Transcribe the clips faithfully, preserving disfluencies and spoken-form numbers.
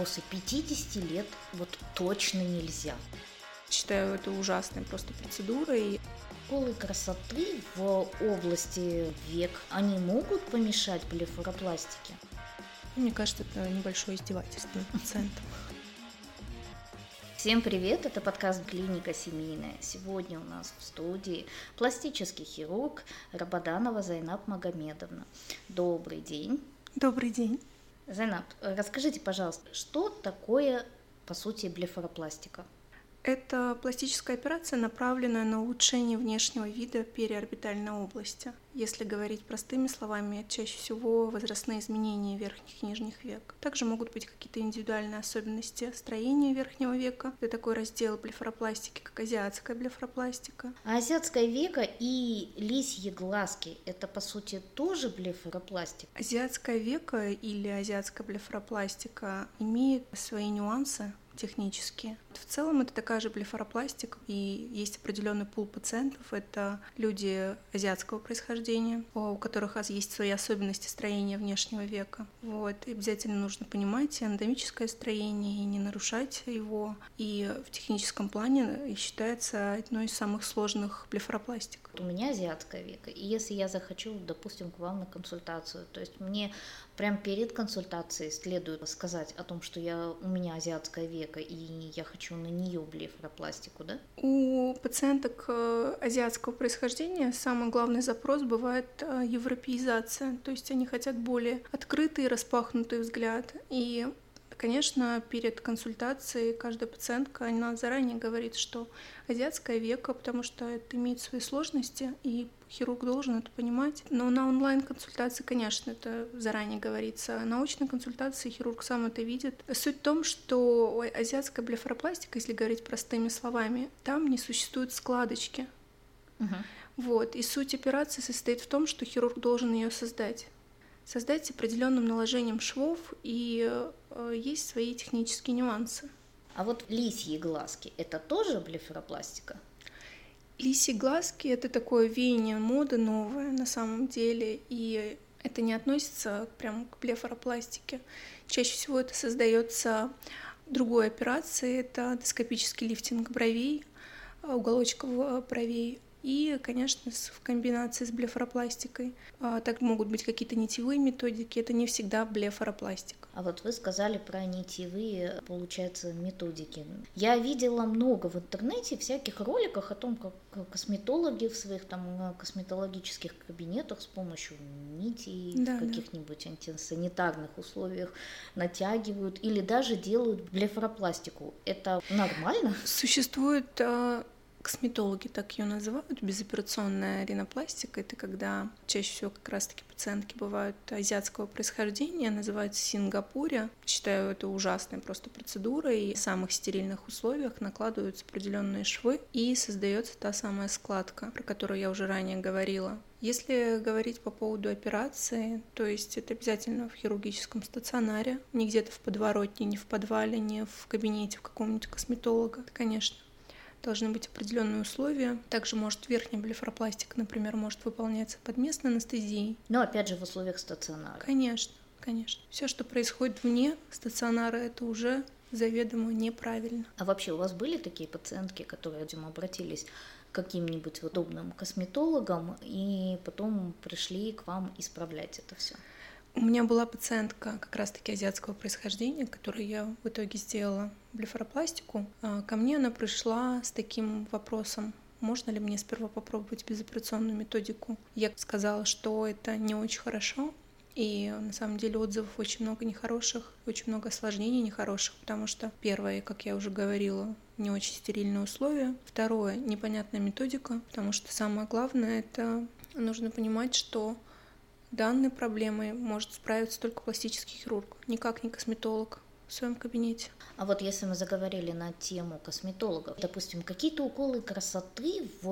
после пятидесяти лет вот точно нельзя. Считаю это ужасной просто процедурой. Уколы красоты в области век, они могут помешать блефаропластике? Мне кажется, это небольшое издевательство над пациентом. Всем привет, это подкаст «Клиника семейная». Сегодня у нас в студии пластический хирург Рабаданова Зайнаб Магомедовна. Добрый день. Добрый день. Зайнаб, расскажите, пожалуйста, что такое, по сути, блефаропластика? Это пластическая операция, направленная на улучшение внешнего вида периорбитальной области. Если говорить простыми словами, это чаще всего возрастные изменения верхних и нижних век. Также могут быть какие-то индивидуальные особенности строения верхнего века. Это такой раздел блефаропластики, как азиатская блефаропластика. А азиатское веко и лисьи глазки – это, по сути, тоже блефаропластика? Азиатское веко или азиатская блефаропластика имеет свои нюансы технические. В целом это такая же блефаропластика, и есть определенный пул пациентов. Это люди азиатского происхождения, у которых есть свои особенности строения внешнего века. Вот. И обязательно нужно понимать анатомическое строение и не нарушать его. И в техническом плане считается одной из самых сложных блефаропластик. У меня азиатское веко, и если я захочу, допустим, к вам на консультацию, то есть мне прямо перед консультацией следует сказать о том, что я, у меня азиатское веко, и я хочу на нее блефаропластику, да? У пациенток азиатского происхождения самый главный запрос бывает европеизация, то есть они хотят более открытый, распахнутый взгляд. И, конечно, перед консультацией каждая пациентка, она заранее говорит, что азиатское веко, потому что это имеет свои сложности, и хирург должен это понимать. Но на онлайн-консультации, конечно, это заранее говорится. На очной консультации хирург сам это видит. Суть в том, что азиатская блефаропластика, если говорить простыми словами, там не существует складочки. Угу. Вот. И суть операции состоит в том, что хирург должен ее создать. Создать с определенным наложением швов, и э, есть свои технические нюансы. А вот лисьи глазки – это тоже блефаропластика? Лисьи глазки – это такое веяние моды новое на самом деле, и это не относится прям к блефаропластике. Чаще всего это создается другой операцией, это эндоскопический лифтинг бровей, уголочков бровей. И, конечно, в комбинации с блефаропластикой. Так могут быть какие-то нитевые методики, это не всегда блефаропластика. А вот вы сказали про нитевые, получается, методики. Я видела много в интернете всяких роликов о том, как косметологи в своих там косметологических кабинетах с помощью нитей да, в каких-нибудь да. антисанитарных условиях натягивают или даже делают блефаропластику. Это нормально? Существует... Косметологи так ее называют, безоперационная ринопластика. Это когда чаще всего как раз-таки пациентки бывают азиатского происхождения, называется в Сингапуре. Считаю это ужасной просто процедурой. В самых стерильных условиях накладываются определенные швы и создается та самая складка, про которую я уже ранее говорила. Если говорить по поводу операции, то есть это обязательно в хирургическом стационаре, не где-то в подворотне, не в подвале, не в кабинете в каком-нибудь косметолога, конечно. Должны быть определенные условия. Также может верхняя блефаропластика, например, может выполняться под местной анестезией. Но опять же в условиях стационара. Конечно, конечно. Все, что происходит вне стационара, это уже заведомо неправильно. А вообще у вас были такие пациентки, которые, видимо, обратились к каким-нибудь удобным косметологам и потом пришли к вам исправлять это все? У меня была пациентка как раз-таки азиатского происхождения, которой я в итоге сделала блефаропластику. Ко мне она пришла с таким вопросом: можно ли мне сперва попробовать безоперационную методику? Я сказала, что это не очень хорошо, и на самом деле отзывов очень много нехороших, очень много осложнений нехороших, потому что первое, как я уже говорила, не очень стерильные условия. Второе, непонятная методика, потому что самое главное, это нужно понимать, что данной проблемой может справиться только пластический хирург, никак не косметолог в своем кабинете. А вот если мы заговорили на тему косметологов, допустим, какие-то уколы красоты в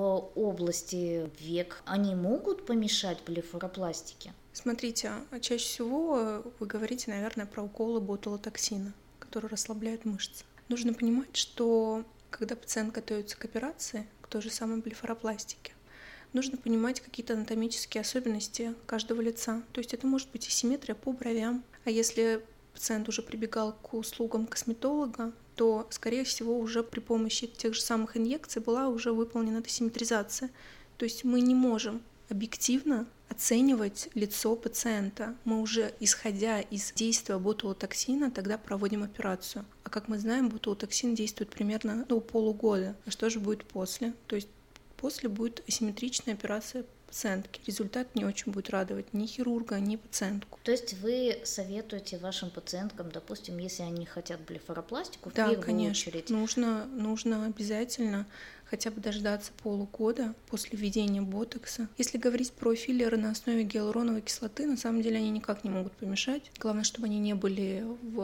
области век, они могут помешать блефаропластике? Смотрите, чаще всего вы говорите, наверное, про уколы ботулотоксина, которые расслабляют мышцы. Нужно понимать, что когда пациент готовится к операции, к той же самой блефаропластике, нужно понимать какие-то анатомические особенности каждого лица. То есть это может быть асимметрия по бровям. А если пациент уже прибегал к услугам косметолога, то, скорее всего, уже при помощи тех же самых инъекций была уже выполнена десимметризация. То есть мы не можем объективно оценивать лицо пациента. Мы уже, исходя из действия ботулотоксина, тогда проводим операцию. А как мы знаем, ботулотоксин действует примерно до полугода. А что же будет после? То есть после будет асимметричная операция пациентки. Результат не очень будет радовать ни хирурга, ни пациентку. То есть вы советуете вашим пациенткам, допустим, если они хотят блефаропластику, в да, первую конечно, очередь? Нужно, нужно обязательно хотя бы дождаться полугода после введения ботокса. Если говорить про филлеры на основе гиалуроновой кислоты, на самом деле они никак не могут помешать. Главное, чтобы они не были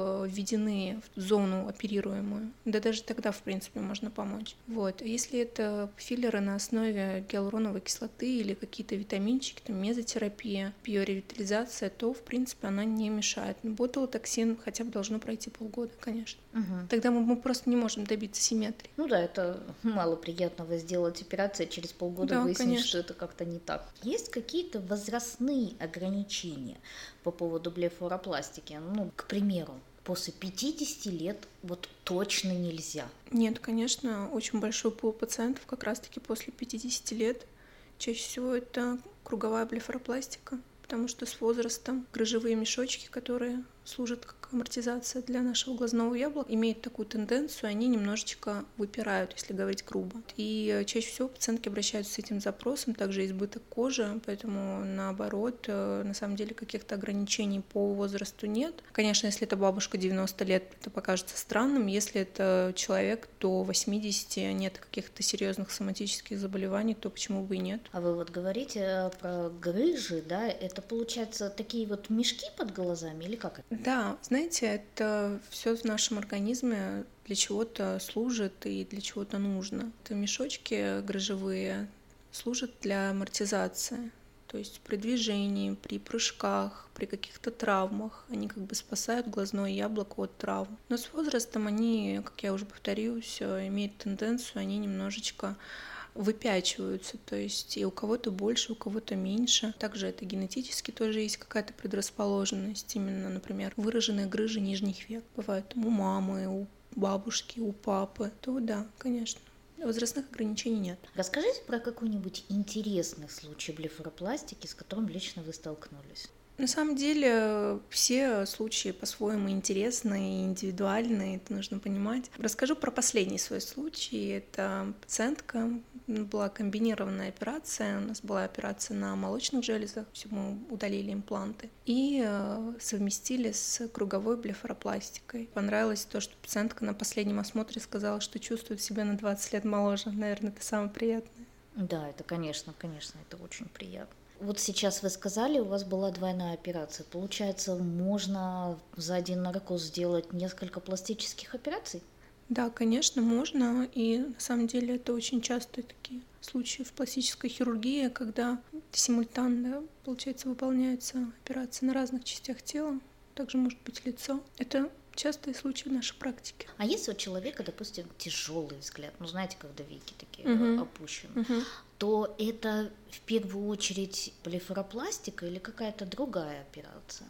введены в зону оперируемую. Да даже тогда, в принципе, можно помочь. Вот. А если это филлеры на основе гиалуроновой кислоты или какие-то витаминчики, там, мезотерапия, биоревитализация, то, в принципе, она не мешает. Но ботулотоксин хотя бы должно пройти полгода, конечно. Угу. Тогда мы, мы просто не можем добиться симметрии. Ну да, это мало приятного сделать операцию, а через полгода да, выяснить, конечно. что это как-то не так. Есть какие-то возрастные ограничения по поводу блефаропластики? Ну, к примеру, после пятидесяти лет вот точно нельзя. Нет, конечно, очень большой пул пациентов как раз-таки после пятидесяти лет. Чаще всего это круговая блефаропластика, потому что с возрастом грыжевые мешочки, которые служат как амортизация для нашего глазного яблока, имеют такую тенденцию, они немножечко выпирают, если говорить грубо. И чаще всего пациентки обращаются с этим запросом, также избыток кожи, поэтому наоборот, на самом деле каких-то ограничений по возрасту нет. Конечно, если это бабушка девяносто лет, это покажется странным. Если это человек до восьмидесяти, нет каких-то серьезных соматических заболеваний, то почему бы и нет? А вы вот говорите про грыжи, да? Это получается такие вот мешки под глазами или как это? Да, знаете, это все в нашем организме для чего-то служит и для чего-то нужно. Это мешочки грыжевые служат для амортизации. То есть при движении, при прыжках, при каких-то травмах они как бы спасают глазное яблоко от травм. Но с возрастом они, как я уже повторюсь, имеют тенденцию, они немножечко выпячиваются, то есть и у кого-то больше, у кого-то меньше. Также это генетически тоже есть какая-то предрасположенность, именно, например, выраженные грыжи нижних век. Бывают у мамы, у бабушки, у папы. То да, конечно. Возрастных ограничений нет. Расскажите про какой-нибудь интересный случай блефаропластики, с которым лично вы столкнулись. На самом деле все случаи по-своему интересные и индивидуальные, это нужно понимать. Расскажу про последний свой случай. Это пациентка, была комбинированная операция, у нас была операция на молочных железах, все мы удалили импланты и совместили с круговой блефаропластикой. Понравилось то, что пациентка на последнем осмотре сказала, что чувствует себя на двадцать лет моложе. Наверное, это самое приятное. Да, это, конечно, конечно, это очень приятно. Вот сейчас вы сказали, у вас была двойная операция. Получается, можно за один наркоз сделать несколько пластических операций? Да, конечно, можно. И на самом деле это очень частые такие случаи в пластической хирургии, когда симультанно, получается, выполняются операции на разных частях тела. Также может быть лицо. Это частые случаи в нашей практике. А если у человека, допустим, тяжелый взгляд, ну знаете, когда веки такие uh-huh. опущены, uh-huh. то это в первую очередь блефаропластика или какая-то другая операция?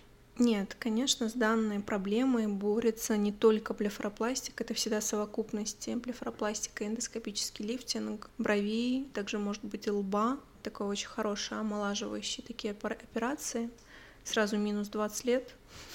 Нет, конечно, с данной проблемой борется не только блефаропластика, это всегда совокупности. Блефаропластика, эндоскопический лифтинг бровей, также может быть и лба, такой очень хороший омолаживающий такие операции. Сразу минус двадцать лет.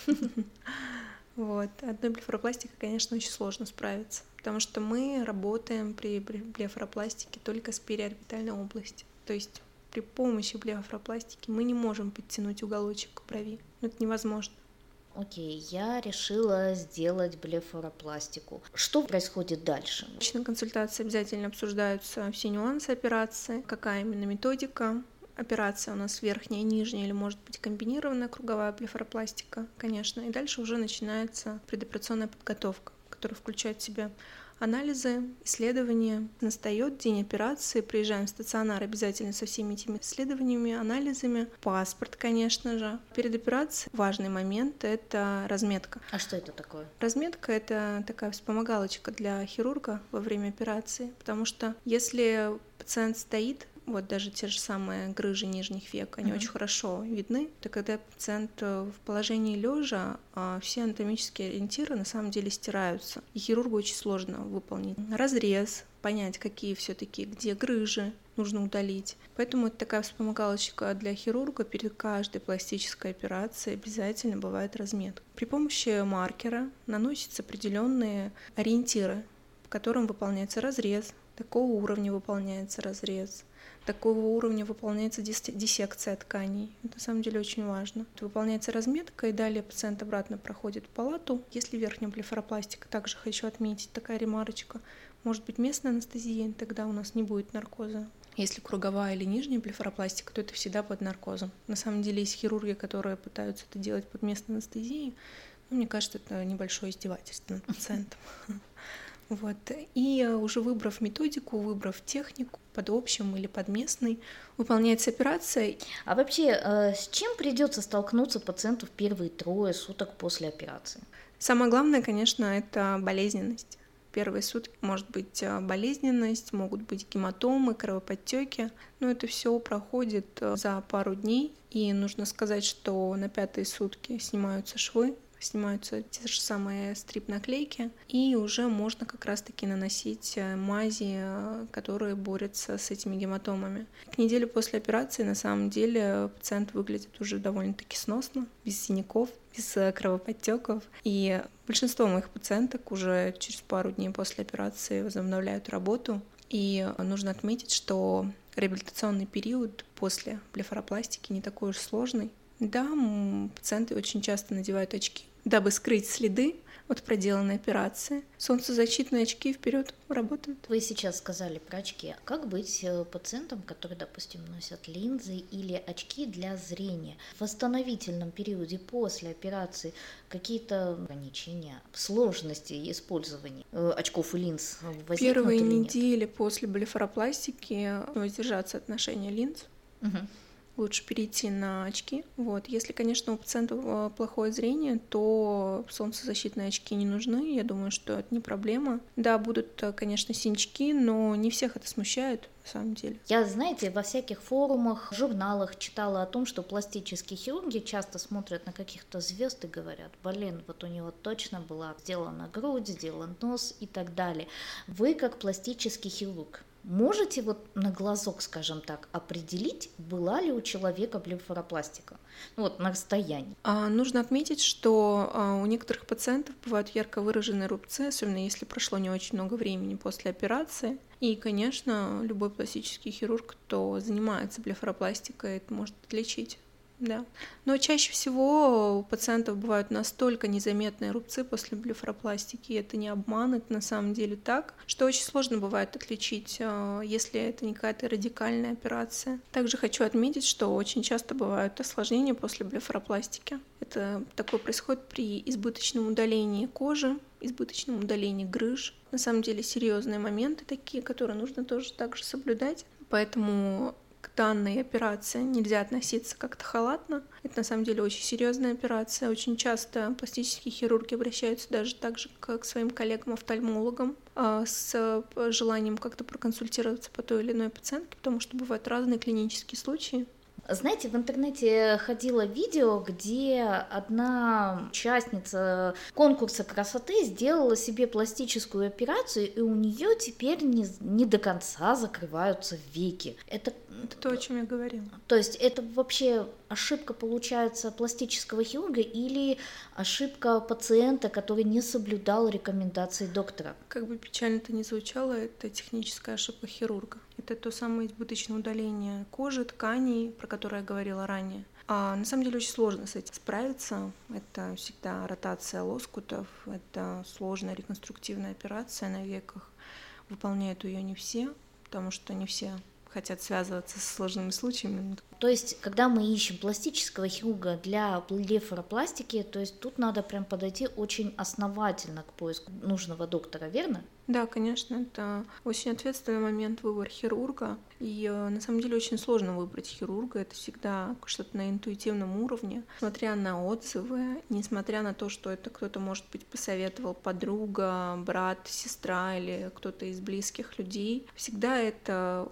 Вот. Одной блефаропластикой, конечно, очень сложно справиться, потому что мы работаем при блефаропластике только с периорбитальной области. То есть при помощи блефаропластики мы не можем подтянуть уголочек брови. Это невозможно. Окей, я решила сделать блефаропластику. Что происходит дальше? На консультации обязательно обсуждаются все нюансы операции, какая именно методика. Операция у нас верхняя, нижняя или может быть комбинированная круговая блефаропластика, конечно. И дальше уже начинается предоперационная подготовка, которая включает в себя анализы, исследования. Настает день операции, приезжаем в стационар обязательно со всеми этими исследованиями, анализами. Паспорт, конечно же. Перед операцией важный момент — это разметка. А что это такое? Разметка — это такая вспомогалочка для хирурга во время операции, потому что если пациент стоит, вот даже те же самые грыжи нижних век, они mm-hmm. очень хорошо видны. Это когда пациент в положении лежа, все анатомические ориентиры на самом деле стираются, и хирургу очень сложно выполнить разрез, понять, какие все-таки, где грыжи нужно удалить. Поэтому это такая вспомогалочка для хирурга. Перед каждой пластической операцией обязательно бывает разметка. При помощи маркера наносятся определенные ориентиры, в котором выполняется разрез, такого уровня выполняется разрез, такого уровня выполняется диссекция тканей. Это на самом деле очень важно. Выполняется разметка, и далее пациент обратно проходит в палату. Если верхняя блефаропластика, также хочу отметить такая ремарочка, может быть местная анестезия, тогда у нас не будет наркоза. Если круговая или нижняя блефаропластика, то это всегда под наркозом. На самом деле есть хирурги, которые пытаются это делать под местной анестезией, но мне кажется, это небольшое издевательство над пациентом. Вот. И уже выбрав методику, выбрав технику под общим или под местной, выполняется операция. А вообще, с чем придется столкнуться пациенту в первые трое суток после операции? Самое главное, конечно, это болезненность. Первые сутки может быть болезненность, могут быть гематомы, кровоподтеки, но это все проходит за пару дней. И нужно сказать, что на пятые сутки снимаются швы, снимаются те же самые стрип-наклейки, и уже можно как раз-таки наносить мази, которые борются с этими гематомами. К неделе после операции на самом деле пациент выглядит уже довольно-таки сносно, без синяков, без кровоподтеков, и большинство моих пациенток уже через пару дней после операции возобновляют работу. И нужно отметить, что реабилитационный период после блефаропластики не такой уж сложный. Да, пациенты очень часто надевают очки, дабы скрыть следы от проделанной операции. Солнцезащитные очки вперед работают. Вы сейчас сказали про очки. Как быть пациентам, которые, допустим, носят линзы или очки для зрения? В восстановительном периоде после операции какие-то ограничения, сложности использования очков и линз возникнут? Первые недели после блефаропластики воздержаться от ношения линз. Угу. Лучше перейти на очки. Вот. Если, конечно, у пациентов плохое зрение, то солнцезащитные очки не нужны. Я думаю, что это не проблема. Да, будут, конечно, синячки, но не всех это смущает, на самом деле. Я, знаете, во всяких форумах, журналах читала о том, что пластические хирурги часто смотрят на каких-то звезд и говорят: блин, вот у него точно была сделана грудь, сделан нос и так далее. Вы, как пластический хирург, можете вот на глазок, скажем так, определить, была ли у человека блефаропластика? Ну вот на расстоянии. А, нужно отметить, что а, у некоторых пациентов бывают ярко выраженные рубцы, особенно если прошло не очень много времени после операции. И, конечно, любой пластический хирург, кто занимается блефаропластикой, это может отличить. Да. Но чаще всего у пациентов бывают настолько незаметные рубцы после блефаропластики, и это не обман, это на самом деле так, что очень сложно бывает отличить, если это не какая-то радикальная операция. Также хочу отметить, что очень часто бывают осложнения после блефаропластики. Это такое происходит при избыточном удалении кожи, избыточном удалении грыж. На самом деле серьезные моменты такие, которые нужно тоже также соблюдать. Поэтому к данной операции нельзя относиться как-то халатно. Это на самом деле очень серьезная операция. Очень часто пластические хирурги обращаются даже так же, как к своим коллегам-офтальмологам, с желанием как-то проконсультироваться по той или иной пациентке, потому что бывают разные клинические случаи. Знаете, в интернете ходило видео, где одна участница конкурса красоты сделала себе пластическую операцию, и у нее теперь не, не до конца закрываются веки. Это... это то, о чем я говорила. То есть это вообще ошибка, получается, пластического хирурга или ошибка пациента, который не соблюдал рекомендации доктора? Как бы печально это ни звучало, это техническая ошибка хирурга. Это то самое избыточное удаление кожи, тканей, про которое я говорила ранее. А на самом деле очень сложно с этим справиться. Это всегда ротация лоскутов, это сложная реконструктивная операция на веках. Выполняют ее не все, потому что не все хотят связываться с сложными случаями. То есть, когда мы ищем пластического хирурга для блефаропластики, то есть тут надо прям подойти очень основательно к поиску нужного доктора, верно? Да, конечно, это очень ответственный момент, выбор хирурга. И на самом деле очень сложно выбрать хирурга. Это всегда что-то на интуитивном уровне. Несмотря на отзывы, несмотря на то, что это кто-то, может быть, посоветовал подруга, брат, сестра или кто-то из близких людей, всегда это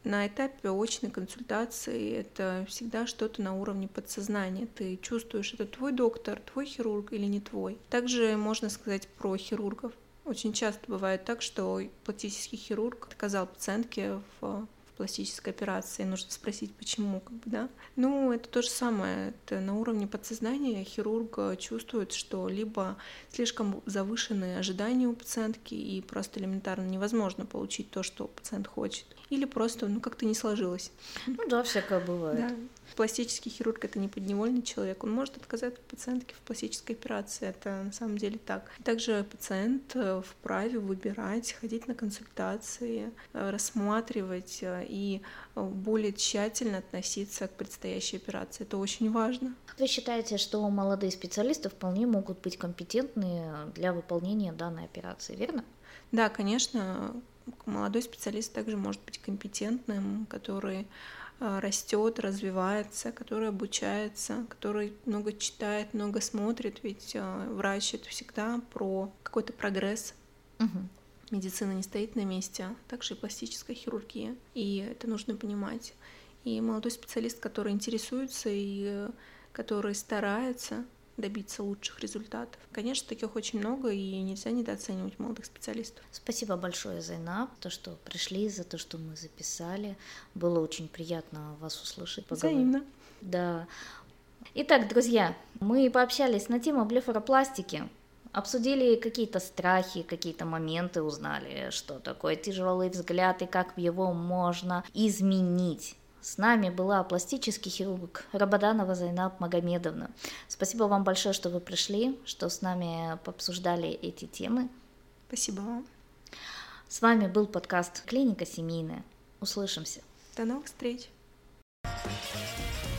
на этапе очной консультации это всегда что-то на уровне подсознания. Ты чувствуешь, это твой доктор, твой хирург или не твой. Также можно сказать про хирургов. Очень часто бывает так, что пластический хирург отказал пациентке в пластической операции, нужно спросить, почему, как бы, да. Ну, это то же самое, это на уровне подсознания хирург чувствует, что либо слишком завышенные ожидания у пациентки, и просто элементарно невозможно получить то, что пациент хочет, или просто, ну, как-то не сложилось. Ну да, всякое бывает. Да. Пластический хирург — это не подневольный человек, он может отказать пациентке в пластической операции, это на самом деле так. Также пациент вправе выбирать, ходить на консультации, рассматривать и более тщательно относиться к предстоящей операции. Это очень важно. Вы считаете, что молодые специалисты вполне могут быть компетентны для выполнения данной операции, верно? Да, конечно, молодой специалист также может быть компетентным, который растет, развивается, который обучается, который много читает, много смотрит, ведь врач — это всегда про какой-то прогресс. Угу. Медицина не стоит на месте, а также и пластическая хирургия, и это нужно понимать. И молодой специалист, который интересуется и который старается добиться лучших результатов. Конечно, таких очень много, и нельзя недооценивать молодых специалистов. Спасибо большое, Зайнаб, за то, что пришли, за то, что мы записали. Было очень приятно вас услышать, поговорить. Взаимно. Да. Итак, друзья, мы пообщались на тему блефаропластики, обсудили какие-то страхи, какие-то моменты, узнали, что такое тяжелый взгляд и как его можно изменить. С нами была пластический хирург Рабаданова Зайнаб Магомедовна. Спасибо вам большое, что вы пришли, что с нами пообсуждали эти темы. Спасибо вам. С вами был подкаст «Клиника семейная». Услышимся. До новых встреч.